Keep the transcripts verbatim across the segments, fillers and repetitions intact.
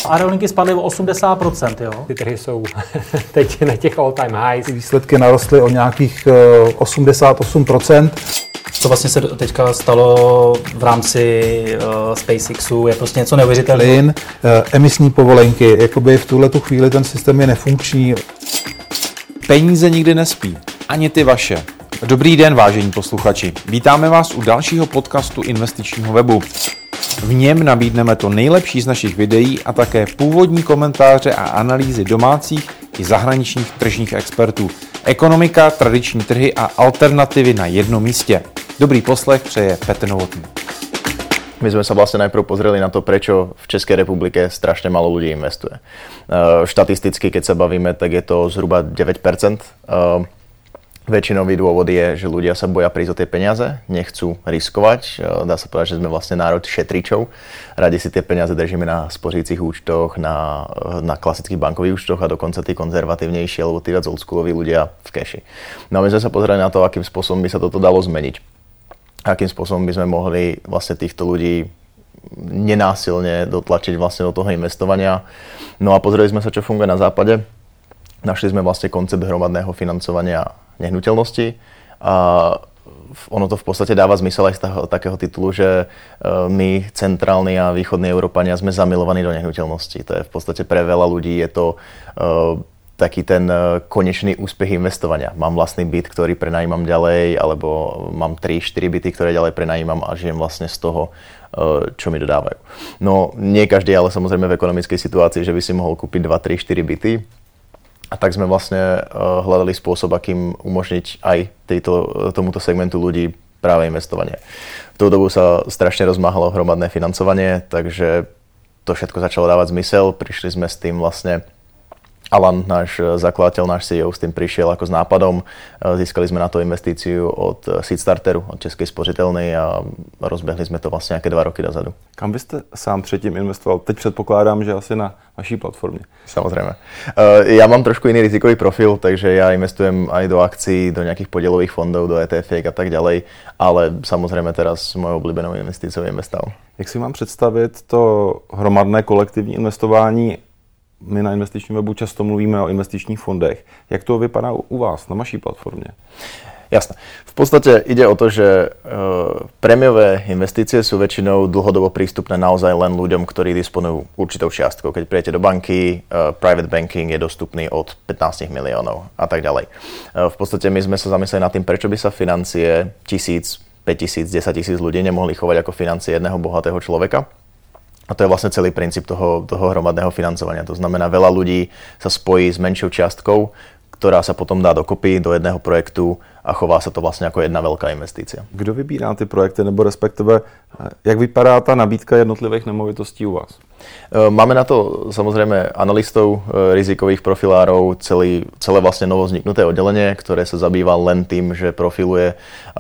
Aerolinky spadly o osmdesát procent, jo? Ty trhy jsou teď na těch all time highs. Výsledky narostly o nějakých osmdesát osm procent. Co vlastně se teďka stalo v rámci uh, SpaceXu, je prostě něco neuvěřitelného. Plyn, uh, emisní povolenky, jakoby v tuhletu chvíli ten systém je nefunkční. Peníze nikdy nespí, ani ty vaše. Dobrý den, vážení posluchači. Vítáme vás u dalšího podcastu investičního webu. V něm nabídneme to nejlepší z našich videí a také původní komentáře a analýzy domácích i zahraničních tržních expertů. Ekonomika, tradiční trhy a alternativy na jednom místě. Dobrý poslech přeje Petr Novotný. My sme sa vlastne najprv pozreli na to, prečo v Českej republike strašne málo ľudí investuje. Štatisticky, keď sa bavíme, tak je to zhruba deväť percent. Väčšinový dôvod je, že ľudia sa boja prísť o tie peniaze, nechcú riskovať. Dá sa povedať, že sme vlastne národ šetričov. Radi si tie peniaze držíme na spořících účtoch, na, na klasických bankových účtoch a dokonca tí konzervatívnejší alebo tí viac oldschooloví ľudia v keši. No a my sme sa pozreli na to, akým spôsobom by sa toto dalo zmeniť. Akým spôsobom by sme mohli vlastne týchto ľudí nenásilne dotlačiť vlastne do toho investovania. No a pozreli sme sa, čo funguje na západe. Našli sme vlastne koncept hromadného financovania nehnuteľnosti a ono to v podstate dáva zmysel aj z toho, takého titulu, že my, centrálni a východní Európania, sme zamilovaní do nehnuteľnosti. To je v podstate pre veľa ľudí je to uh, taký ten konečný úspech investovania. Mám vlastný byt, ktorý prenajímam ďalej, alebo mám tri štyri byty, ktoré ďalej prenajímam a žijem vlastne z toho, čo mi dodávajú. No nie každý, ale samozrejme v ekonomickej situácii, že by si mohol kúpiť dva, tri, štyri byty. A tak sme vlastne hľadali spôsob, akým umožniť aj tejto, tomuto segmentu ľudí práve investovanie. V tú dobu sa strašne rozmáhalo hromadné financovanie, takže to všetko začalo dávať zmysel. Prišli sme s tým vlastne, Alan, náš zakladateľ, náš C E O, s tým prišiel ako s nápadom. Získali sme na to investíciu od Seedstarteru, od Českej spořitelny a rozbehli sme to vlastne nejaké dva roky dozadu. Kam byste sám předtím investoval? Teď předpokládám, že asi na vaší platformě. Samozrejme. Ja mám trošku iný rizikový profil, takže ja investujem aj do akcií, do nejakých podielových fondov, do E T F a tak ďalej, ale samozrejme teraz mojou oblíbenou investíciou je Investal. Jak si mám představit to hromadné kolektivní investování? My na investičním webu často mluvíme o investičních fondech. Jak to vypadá u vás na vaší platformě? Jasné. V podstate ide o to, že e, prémiové investície sú väčšinou dlhodobo prístupné naozaj len ľuďom, ktorí disponujú určitou čiastkou. Keď prijete do banky, e, private banking je dostupný od pätnásť miliónov a tak ďalej. E, v podstate my sme sa zamysleli nad tým, prečo by sa financie tisíc, päť tisíc, desať tisíc ľudí nemohli chovať ako financie jedného bohatého človeka. A to je vlastne celý princíp toho, toho hromadného financovania. To znamená, veľa ľudí sa spojí s menšou čiastkou, ktorá sa potom dá dokopy do jedného projektu a chová sa to vlastne ako jedna veľká investícia. Kdo vybírá ty projekty, nebo respektive, jak vypadá ta nabídka jednotlivých nemovitostí u vás? Máme na to samozrejme analystov, rizikových profilárov, celý, celé vlastne novovzniknuté oddelenie, ktoré sa zabýva len tým, že profiluje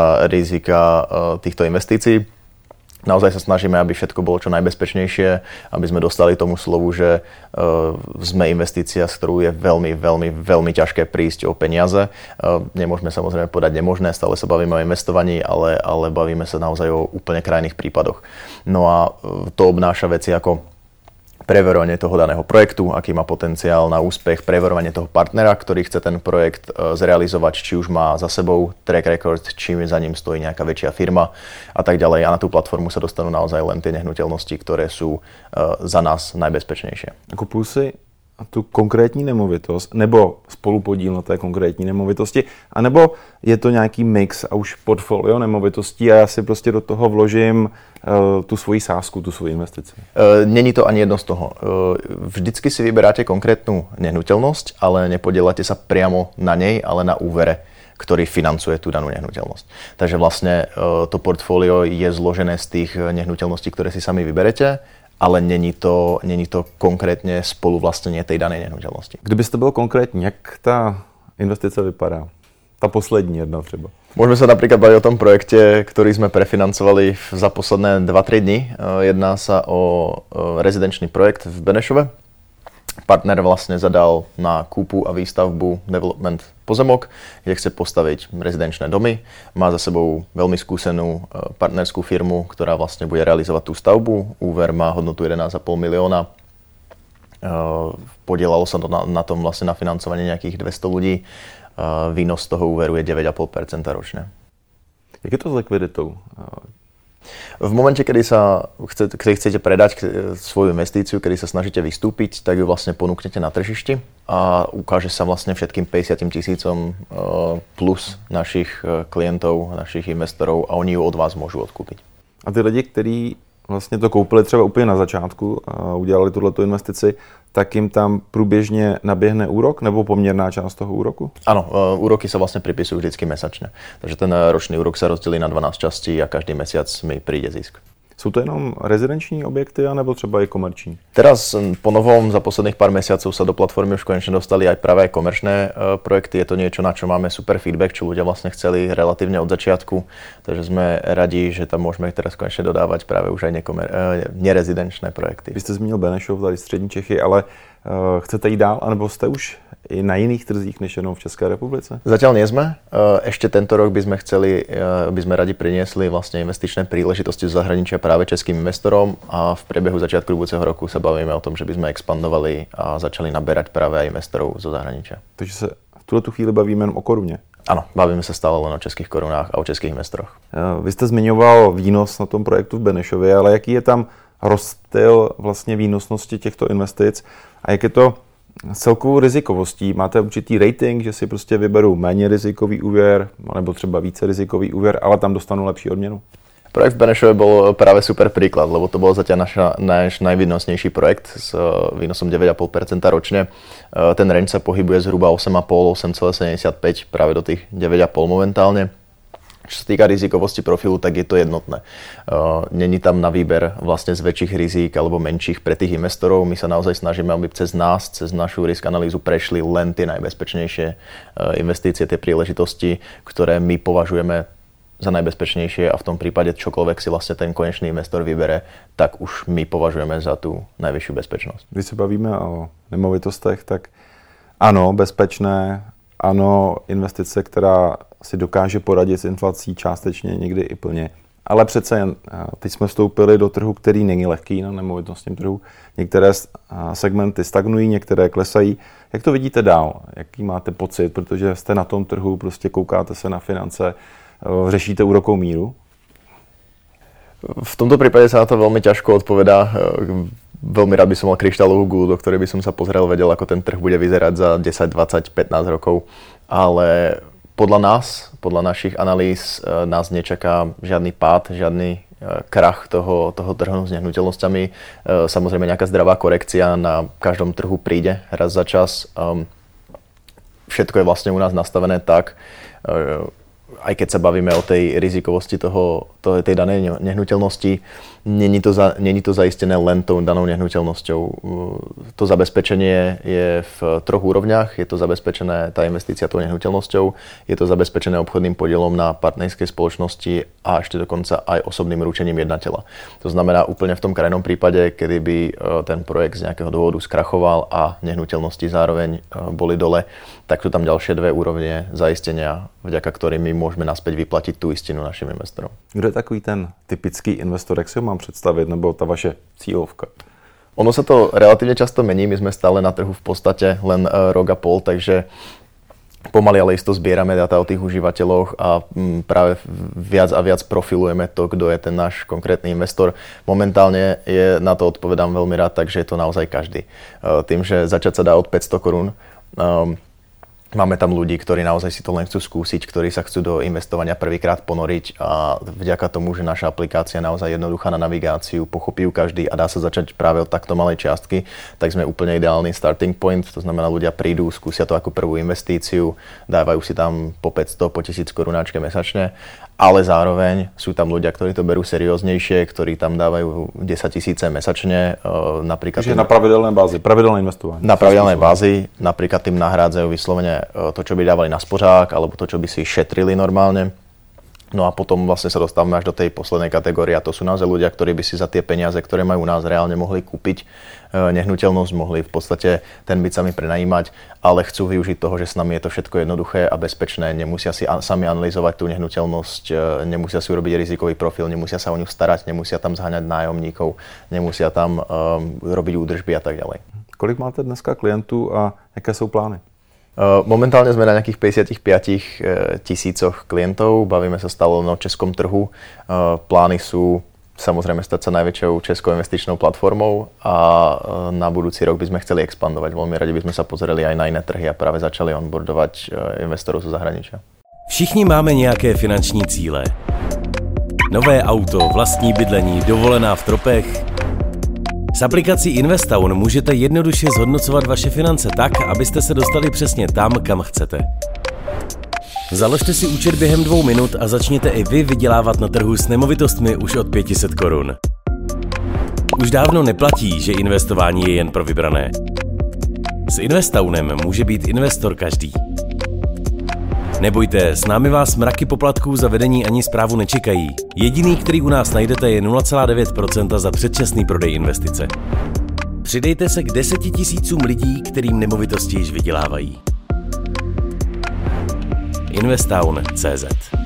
rizika týchto investícií. Naozaj sa snažíme, aby všetko bolo čo najbezpečnejšie, aby sme dostali tomu slovu, že uh, sme investícia, s ktorou je veľmi, veľmi, veľmi ťažké prísť o peniaze. Uh, nemôžeme samozrejme povedať nemožné, stále sa bavíme o investovaní, ale, ale bavíme sa naozaj o úplne krajných prípadoch. No a uh, to obnáša veci ako preverovanie toho daného projektu, aký má potenciál na úspech, preverovanie toho partnera, ktorý chce ten projekt zrealizovať, či už má za sebou track record, či za ním stojí nejaká väčšia firma a tak ďalej. A na tú platformu sa dostanú naozaj len tie nehnuteľnosti, ktoré sú za nás najbezpečnejšie. Kupuju si tu konkrétní nemovitost, nebo spolupodíl na té konkrétní nemovitosti, anebo je to nějaký mix a už portfolio nemovitostí a já si prostě do toho vložím uh, tu svoji sázku, tu svoji investici? Uh, Není to ani jedno z toho. Uh, vždycky si vyberáte konkrétnu nehnuteľnosť, ale nepodielate sa priamo na nej, ale na úvere, ktorý financuje tú danú nehnuteľnosť. Takže vlastne uh, to portfólio je zložené z tých nehnuteľností, ktoré si sami vyberete, ale není to, není to konkrétně spoluvlastnění té dané nehnuteľnosti. Kdybyste byl konkrétní, jak ta investice vypadá? Ta poslední jedna třeba. Môžeme sa napríklad baviť o tom projekte, ktorý sme prefinancovali za posledné dva tri dni. Jedná sa o rezidenčný projekt v Benešove. Partner vlastne zadal na kúpu a výstavbu development pozemok, kde chce postaviť rezidenčné domy. Má za sebou veľmi skúsenú partnerskú firmu, ktorá vlastne bude realizovať tú stavbu. Úver má hodnotu jedenásť a pol milióna. Podielalo sa to na, na tom vlastne na financovanie nejakých dvesto ľudí. Výnos z toho úveru je deväť celá päť percenta ročne. Jak je to s likviditou? V momente, kedy sa chce, keď chcete predať svoju investíciu, kedy sa snažíte vystúpiť, tak ju vlastne ponúknete na tržišti a ukáže sa vlastne všetkým päťdesiat tisícom plus našich klientov, našich investorov a oni ju od vás môžu odkúpiť. A ty lidi, kteří vlastně to koupili třeba úplně na začátku a udělali tuhletu investici, tak jim tam průběžně naběhne úrok nebo poměrná část toho úroku? Áno, úroky sa vlastne pripisujú vždycky mesačne. Takže ten ročný úrok sa rozdelí na dvanásť častí a každý mesiac mi príde zisk. Jsou to jenom rezidenční objekty, anebo třeba i komerční? Teraz po novom za posledných pár mesiacov sa do platformy už konečne dostali aj práve komerčné projekty. Je to niečo, na čo máme super feedback, čo ľudia vlastne chceli relatívne od začiatku. Takže sme radi, že tam môžeme teraz konečne dodávať práve už aj nekomer- nerezidenčné projekty. Vy jste zmínil Benešov, tady střední Čechy, ale uh, chcete jít dál, anebo jste už i na jiných trzích než jenom v České republice? Zatiaľ nie sme. Ešte tento rok by sme chceli, by sme radi priniesli vlastne investičné príležitosti z zahraničia práve českým investorom a v priebehu začiatku budúceho roku sa bavíme o tom, že by sme expandovali a začali naberať práve aj investorov zo zahraničia. Takže sa v tuto chvíli bavíme jenom o koruně? Áno, bavíme sa stále len o českých korunách a o českých investoroch. Vy jste zmiňoval výnos na tom projektu v Benešově, ale jaký je tam rozptyl vlastně výnosnosti těchto investic a jak je to s celkovou rizikovostí? Máte určitý rating, že si prostě vyberu méně rizikový úvěr, nebo třeba více rizikový úvěr, ale tam dostanu lepší odměnu? Projekt v Benešove bol práve super príklad, lebo to bol zatiaľ naša, náš najvýnosnejší projekt s výnosom deväť celá päť percenta ročne. Ten range sa pohybuje zhruba osem celá päť, osem celá sedemdesiatpäť, práve do tých deväť celá päť momentálne. Čo sa týka rizikovosti profilu, tak je to jednotné. Není tam na výber vlastne z väčších rizík alebo menších pre tých investorov. My sa naozaj snažíme, aby cez nás, cez našu risk analýzu prešli len tie najbezpečnejšie investície, tie príležitosti, ktoré my považujeme za najbezpečnejšie a v tom prípade čokoľvek si vlastne ten konečný investor vybere, tak už my považujeme za tú najvyššiu bezpečnosť. Když se bavíme o nemovitostech, tak ano, bezpečné, ano, investice, která si dokáže poradit s inflací částečně, někdy i plně. Ale přece jen, teď jsme vstoupili do trhu, který není lehký na nemovitostním trhu. Některé segmenty stagnují, některé klesají. Jak to vidíte dál? Jaký máte pocit? Protože jste na tom trhu, prostě koukáte se na finance, řešíte úrokovou míru? V tomto prípade sa na to veľmi ťažko odpovedá. Veľmi rád by som mal kryštálovú gulu, do ktorej by som sa pozrel, vedel, ako ten trh bude vyzerať za desať, dvadsať, pätnásť rokov. Ale podľa nás, podľa našich analýz, nás nečaká žiadny pád, žiadny krach toho, toho trhu s nehnuteľnosťami. Samozrejme nejaká zdravá korekcia na každom trhu príde raz za čas. Všetko je vlastne u nás nastavené tak, aj keď sa bavíme o tej rizikovosti toho, toho, tej danej nehnuteľnosti, není to, za, není to zaistené len tou danou nehnuteľnosťou. To zabezpečenie je v troch úrovniach. Je to zabezpečené tá investícia tou nehnuteľnosťou, je to zabezpečené obchodným podielom na partnerskej spoločnosti a ešte dokonca aj osobným ručením jednateľa. To znamená úplne v tom krajnom prípade, kedy by ten projekt z nejakého dôvodu skrachoval a nehnuteľnosti zároveň boli dole, tak sú tam ďalšie dve úrovne zaistenia, vďaka ktorým my môžeme naspäť vyplatiť tú istinu našim investorom. Kdo je takový ten typický investor, jak si ho mám představit, nebo ta vaše cílovka? Ono sa to relatívne často mení, my sme stále na trhu v podstate len rok a pol, takže pomaly ale isto zbierame dáta o tých užívateľoch a práve viac a viac profilujeme to, kto je ten náš konkrétny investor. Momentálne je na to odpovedám veľmi rád, takže je to naozaj každý. Tým, že začať sa dá od päťsto korún, máme tam ľudí, ktorí naozaj si to len chcú skúsiť, ktorí sa chcú do investovania prvýkrát ponoriť a vďaka tomu, že naša aplikácia je naozaj jednoduchá na navigáciu, pochopí ju každý a dá sa začať práve od takto malej čiastky, tak sme úplne ideálny starting point. To znamená, ľudia prídu, skúsia to ako prvú investíciu, dávajú si tam po päťsto, po tisíc korunáčke mesačne, ale zároveň sú tam ľudia, ktorí to berú serióznejšie, ktorí tam dávajú desaťtisíce mesačne. Napríklad Takže tým, na pravidelnej bázi, pravidelné investovanie. Na pravidelnej bázi, napríklad tým nahrádzajú vyslovene to, čo by dávali na spořák, alebo to, čo by si šetrili normálne. No a potom vlastne sa dostávame až do tej poslednej kategórie a to sú naozaj ľudia, ktorí by si za tie peniaze, ktoré majú u nás, reálne mohli kúpiť nehnuteľnosť, mohli v podstate ten byt sami prenajímať, ale chcú využiť toho, že s nami je to všetko jednoduché a bezpečné, nemusia si sami analyzovať tú nehnuteľnosť, nemusia si urobiť rizikový profil, nemusia sa o ňu starať, nemusia tam zháňať nájomníkov, nemusia tam um, robiť údržby a tak ďalej. Kolik máte dneska klientů a jaké jsou plány? Momentálne sme na nejakých päťdesiatpäť tisícoch klientov, bavíme sa stále na českom trhu. Plány sú samozrejme stať sa najväčšou českou investičnou platformou a na budúci rok by sme chceli expandovať. Veľmi radi by sme sa pozreli aj na iné trhy a práve začali onboardovať investorov zo zahraničia. Všichni máme nějaké finanční cíle. Nové auto, vlastní bydlení, dovolená v tropech. S aplikací Investown můžete jednoduše zhodnocovat vaše finance tak, abyste se dostali přesně tam, kam chcete. Založte si účet během dvou minut a začněte i vy vydělávat na trhu s nemovitostmi už od pět set korun. Už dávno neplatí, že investování je jen pro vybrané. S Investownem může být investor každý. Nebojte, s námi vás mraky poplatků za vedení ani správu nečekají. Jediný, který u nás najdete, je nula celá devět procenta za předčasný prodej investice. Přidejte se k deseti tisícům lidí, kterým nemovitosti již vydělávají. Investown tečka cé zet